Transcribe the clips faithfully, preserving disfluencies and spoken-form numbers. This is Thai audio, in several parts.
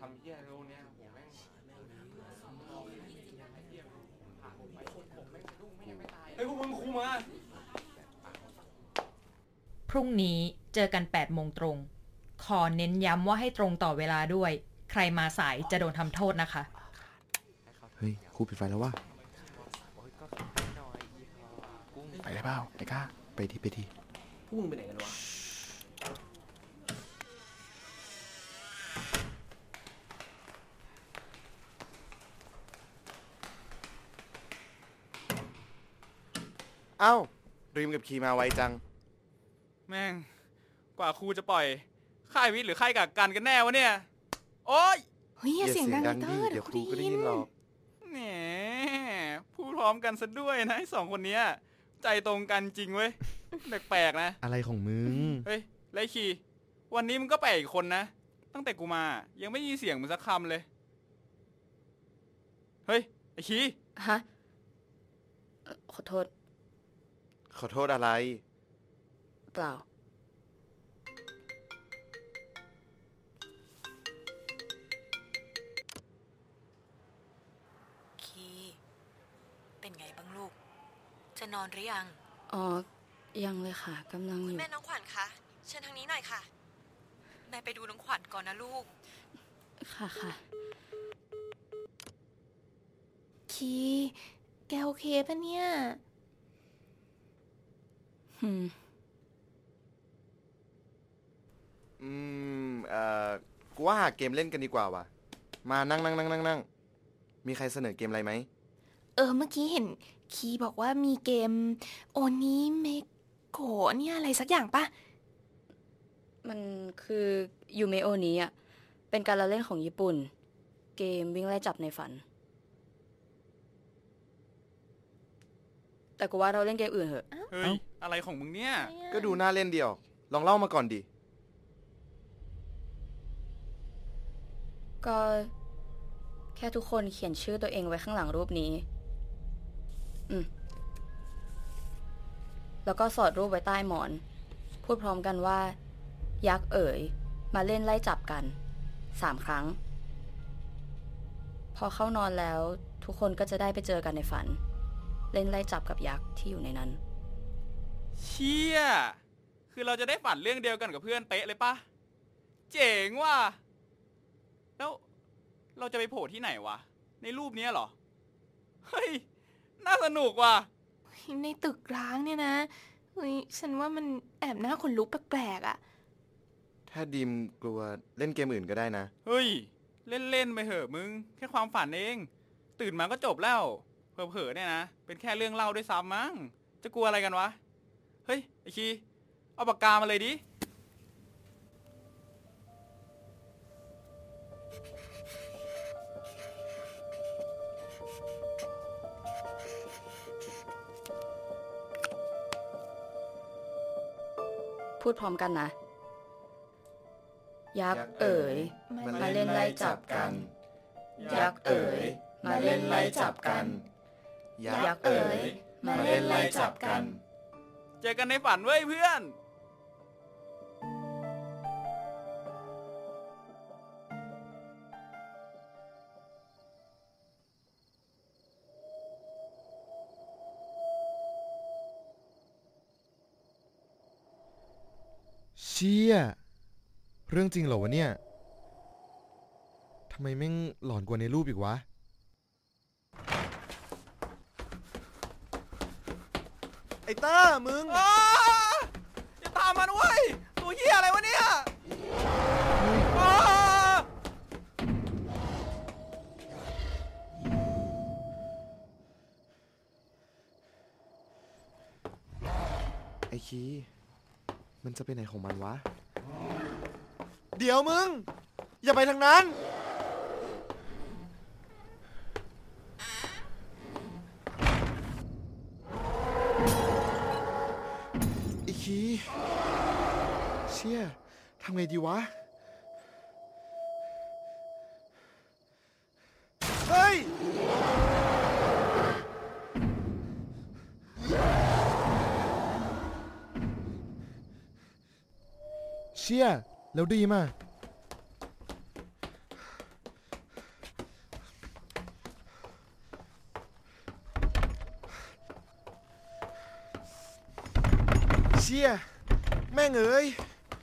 ำเหี้ยโลเนี้ยผมแม่งผ่านผมไปผมแม่งดุ้งไม่ยังไม่ตายเฮ้ยพวกมึงคุมมาพรุ่งนี้เจอกันแปดโมงตรงขอเน้นย้ำว่าให้ตรงต่อเวลาด้วยใครมาสายจะโดนทำโทษนะคะเฮ้ยครูปิดไฟแล้ววะไปได้เปล่าไอ้ก้าไปทีไปทีพวกมึงไปไหนกันวะเอ้ารีมกับคีมาไวจังแม่งกว่าครูจะปล่อยค่ายวิทย์หรือค่ายกักกันกันแน่วะเนี่ยโอ๊ยเฮ้ยอย่าเสียงดังเตอร์เดี๋ยวครูก็ได้ยินหรอกแหมพูดพร้อมกันซะด้วยนะไอ้สองคนเนี้ยใจตรงกันจริงเว้ยแปลกๆนะอะไรของมึงเฮ้ยไลคีวันนี้มึงก็แปลกอีกคนนะตั้งแต่กูมายังไม่มีเสียงมึงสักคำเลยเฮ้ยไอ้คีฮะขอโทษขอโทษอะไรเปล่าคีเป็นไงบ้างลูกจะนอนหรือยังอ๋อยังเลยค่ะกำลังอยู่แม่น้องขวัญคะเชิญทางนี้หน่อยค่ะแม่ไปดูน้องขวัญก่อนนะลูกค่ะค่ะคีแกโอเคปะเนี่ยอืมอืมเอ่อกูว่าหาเกมเล่นกันดีกว่าว่ะมานั่งนั่งนั่งนั่งนั่งมีใครเสนอเกมอะไรไหมเออเมื่อกี้เห็นคีบอกว่ามีเกมโอนิเมโกะเนี่ยอะไรสักอย่างปะมันคือยูเมโอนี้อ่ะเป็นการละเล่นของญี่ปุ่นเกมวิ่งไล่จับในฝันแต่กูว่าเราเล่นเกมอื่นเถอะเฮ้ยอะไรของมึงเนี่ยก็ดูน่าเล่นเดียวลองเล่ามาก่อนดิก็แค่ทุกคนเขียนชื่อตัวเองไว้ข้างหลังรูปนี้อืมแล้วก็สอดรูปไว้ใต้หมอนพูดพร้อมกันว่ายักษ์เอ๋ยมาเล่นไล่จับกันสามครั้งพอเข้านอนแล้วทุกคนก็จะได้ไปเจอกันในฝันเล่นไล่จับกับยักษ์ที่อยู่ในนั้นเชี่ยคือเราจะได้ฝันเรื่องเดียวกันกับเพื่อนเป๊ะเลยปะเจ๋งว่ะแล้วเราจะไปโผล่ที่ไหนวะในรูปนี้เหรอเฮ้ยน่าสนุกว่ะในตึกร้างเนี่ยนะเฮ้ยฉันว่ามันแอบน่าขนลุกแปลกๆอ่ะถ้าดิมกลัวเล่นเกมอื่นก็ได้นะเฮ้ยเล่นๆไปเถอะมึงแค่ความฝันเองตื่นมาก็จบแล้วเผลอๆเนี่ยนะเป็นแค่เรื่องเล่าด้วยซ้ำมั้งจะกลัวอะไรกันวะเฮ้ยไอ้คีเอาปากกามาเลยดิพูดพร้อมกันนะยักษ์เอ๋ยมาเล่นไล่จับกันยักษ์เอ๋ยมาเล่นไล่จับกันยักษ์เอ๋ยมาเล่นไล่จับกันเจอกันในฝันเว้ยเพื่อนเชี่ยเรื่องจริงเหรอวะเนี่ยทำไมแม่งหลอนกว่าในรูปอีกวะไอ้ต้ามึงอย่าตามมันเว้ยตัวเหี้ยอะไรวะเนี่ยไอ้คีมันจะไปไหนของมันวะเดี๋ยวมึงอย่าไปทางนั้นไอ้คีเชี่ยทำไงดีวะเฮ้ยเชี่ยแล้วดีมากชี่ยแม่งเอ้ย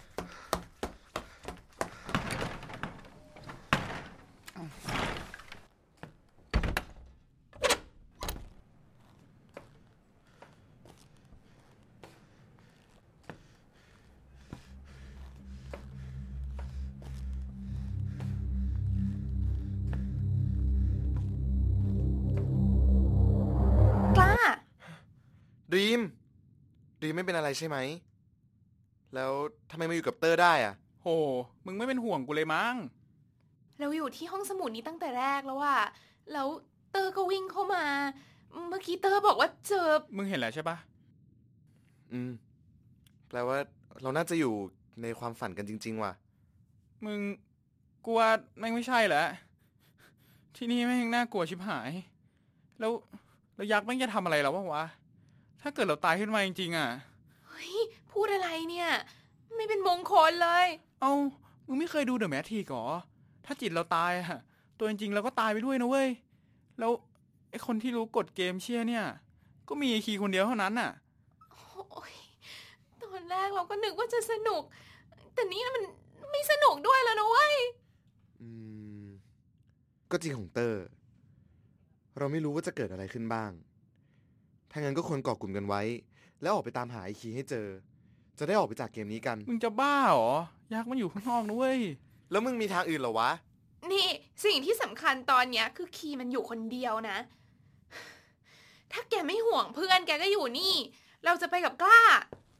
ดรีมดรีมไม่เป็นอะไรใช่ไหมแล้วทำไมมาอยู่กับเตอร์ได้อ่ะโหมึงไม่เป็นห่วงกูเลยมั้งเราอยู่ที่ห้องสมุดนี้ตั้งแต่แรกแล้วอะแล้วเตอร์ก็วิ่งเข้ามาเมื่อกี้เตอร์บอกว่าเจอมึงเห็นแล้วใช่ปะอืมแปลว่าเราน่าจะอยู่ในความฝันกันจริงๆว่ะมึงกลัวแม่งไม่ใช่แหละที่นี่แม่งน่ากลัวชิบหายแล้วแล้วยักษ์แม่งจะทำอะไรเราบ้างวะถ้าเกิดเราตายขึ้นมาจริงๆอ่ะเฮ้ยพูดอะไรเนี่ยไม่เป็นมงคลเลยเอ้ามึงไม่เคยดูเดอะแมทริกซ์หรอถ้าจิตเราตายอ่ะตัวจริงๆเราก็ตายไปด้วยนะเว้ยแล้วไอ้คนที่รู้กฎเกมเชี่ยเนี่ยก็มีไอ้คีคนเดียวเท่านั้นน่ะโอ้ยตอนแรกเราก็นึกว่าจะสนุกแต่นี่มันไม่สนุกด้วยแล้วนะเว้ยอืมก็จริงของเตอร์เราไม่รู้ว่าจะเกิดอะไรขึ้นบ้างถ้างั้นก็ควรเกาะกลุ่มกันไว้แล้วออกไปตามหาไอ้คีให้เจอจะได้ออกไปจากเกมนี้กันมึงจะบ้าหรอยักษ์มันอยู่ข้างนอกนะเว้ยแล้วมึงมีทางอื่นเหรอวะนี่สิ่งที่สำคัญตอนเนี้ยคือคีมันอยู่คนเดียวนะถ้าแกไม่ห่วงเพื่อนแกก็อยู่นี่เราจะไปกับกล้า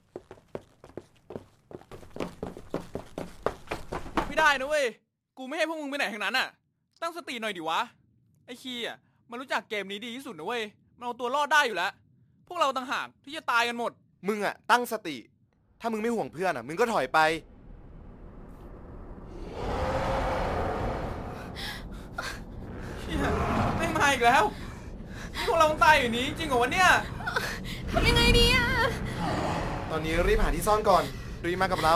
ไม่ได้นะเว้ยกูไม่ให้พวกมึงไปไหนทั้งนั้นอ่ะตั้งสติหน่อยดิวะไอ้คีอ่ะมันรู้จักเกมนี้ดีที่สุดนะเว้ยมันเอาตัวรอดได้อยู่แล้วพวกเราต่างหากที่จะตายกันหมดมึงอ่ะตั้งสติถ้ามึงไม่ห่วงเพื่อนอ่ะมึงก็ถอยไปเชี่ยไม่มาอีกแล้วพวกเราตายอยู่นี้จริงเหรอวะเนี่ยทำยังไงดีอ่ะตอนนี้รีบหาที่ซ่อนก่อนรีบมากับเรา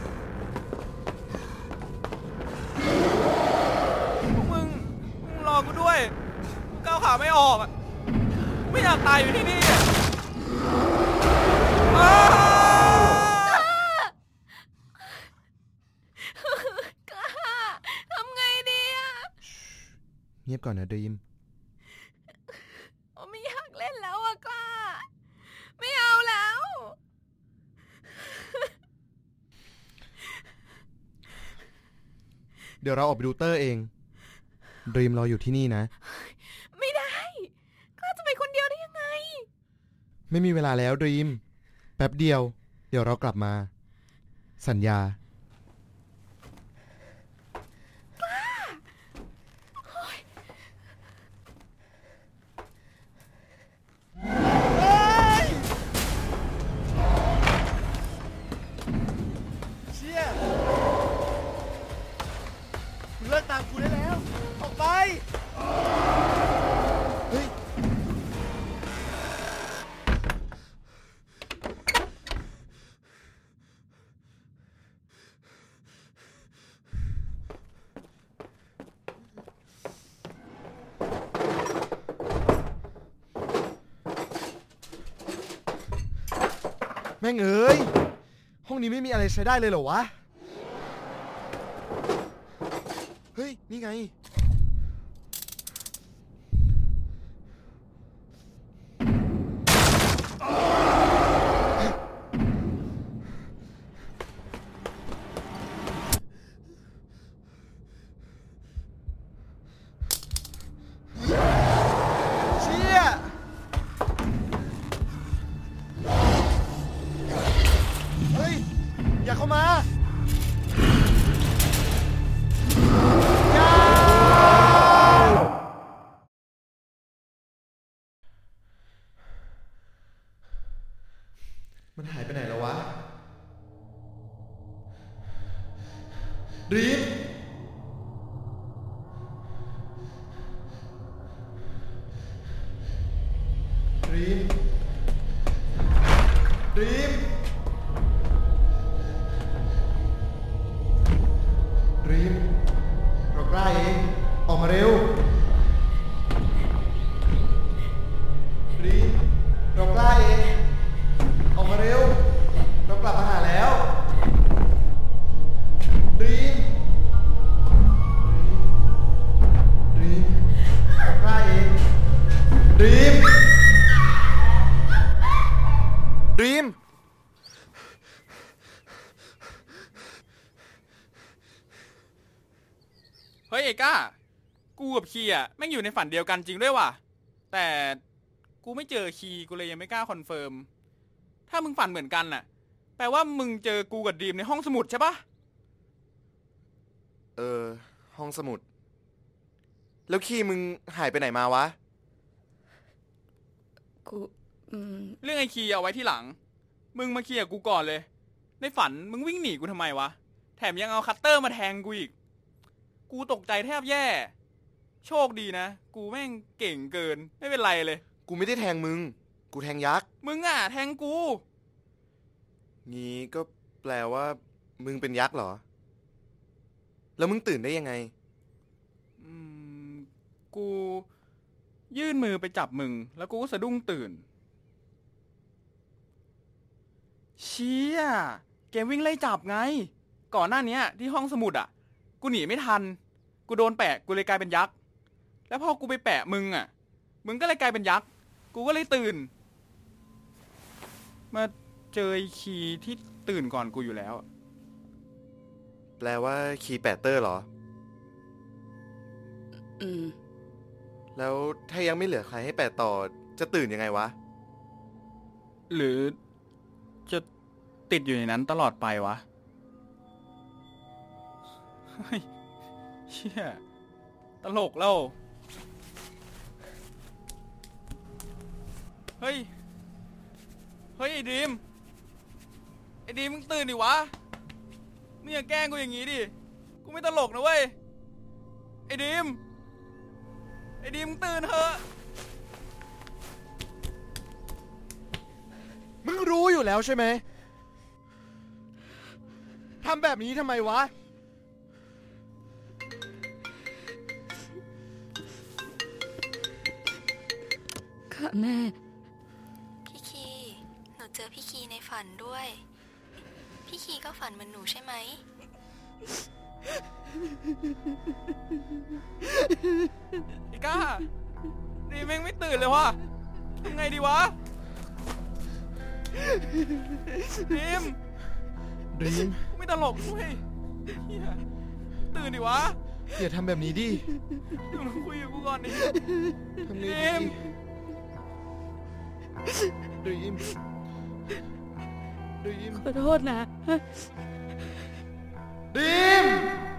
พวกมึงมึงรอกูด้วยกูก้าวขาไม่ออกอ่ะไม่อยากตายอยู่ที่นี่อ่ะกล้าทำไงดีอ่ะเงียบก่อนนะดรีมไม่อยากเล่นแล้วอ่ะกล้าไม่เอาแล้วเดี๋ยวเราออกไปดูเตอร์เองดรีมรออยู่ที่นี่นะไม่ได้กล้าจะไปคนเดียวได้ยังไงไม่มีเวลาแล้วดรีมแป๊บเดียวเดี๋ยวเรากลับมาสัญญาเลิกตามกูได้แล้วออกไปเฮ้ยแม่งเอ้ยห้องนี้ไม่มีอะไรใช้ได้เลยเหรอวะเฮ้ยนี่ไงเชี่ยเฮ้ยอย่าเข้ามามันหายไปไหนแล้ววะดรีมดรีมดรีมดรีมเรากล้าเองออกมาเร็วดรีมเรากล้าเองออกมาเร็วเรเฮ้ยเอก้ากูกับคีอ่ะแม่งอยู่ในฝันเดียวกันจริงด้วยว่ะแต่กูไม่เจอคีกูเลยยังไม่กล้าคอนเฟิร์มถ้ามึงฝันเหมือนกันน่ะแปลว่ามึงเจอกูกับดีมในห้องสมุดใช่ปะเออห้องสมุดแล้วคีมึงหายไปไหนมาวะกูอืมเรื่องไอ้คีเอาไว้ที่หลังมึงมาเคลียร์กูก่อนเลยในฝันมึงวิ่งหนีกูทำไมวะแถมยังเอาคัตเตอร์มาแทงกูอีกกูตกใจแทบแย่โชคดีนะกูแม่งเก่งเกินไม่เป็นไรเลยกูไม่ได้แทงมึงกูแทงยักษ์มึงอ่ะแทงกูงี้ก็แปลว่ามึงเป็นยักษ์เหรอแล้วมึงตื่นได้ยังไงอืมกูยื่นมือไปจับมึงแล้วกูก็สะดุ้งตื่นเชี่ยเกมวิ่งไล่จับไงก่อนหน้านี้ที่ห้องสมุดอ่ะกูหนีไม่ทันกูโดนแปะกูเลยกลายเป็นยักษ์แล้วพอกูไปแปะมึงอ่ะมึงก็เลยกลายเป็นยักษ์กูก็เลยตื่นมาเจอไอ้คีที่ตื่นก่อนกูอยู่แล้วแปลว่าคีแปะเตอร์เหรออืมแล้วถ้ายังไม่เหลือใครให้แปะต่อจะตื่นยังไงวะหรือจะติดอยู่ในนั้นตลอดไปวะเฮ้ยเชี่ยตลกแล้วเฮ้ยเฮ้ยไอ้ดีมไอ้ดีมมึงตื่นดิวะมึงอย่าแกล้งกูอย่างงี้ดิกูไม่ตลกนะเว้ยไอ้ดีมไอ้ดีมมึงตื่นเถอะมึงรู้อยู่แล้วใช่ไหมทำแบบนี้ทำไมวะค่ะแม่พี่คีหนูเจอพี่คีในฝันด้วยพี่คีก็ฝันเหมือนหนูใช่ไหมอีก้าดีแม่งไม่ตื่นเลยวะทำไงดีวะดีมดีมไม่ตลกด้วยตื่นดิวะอย่าทำแบบนี้ดิมึงคุยกับกูก่อนดิทำไงดีดีมดีมขอโทษนะดีม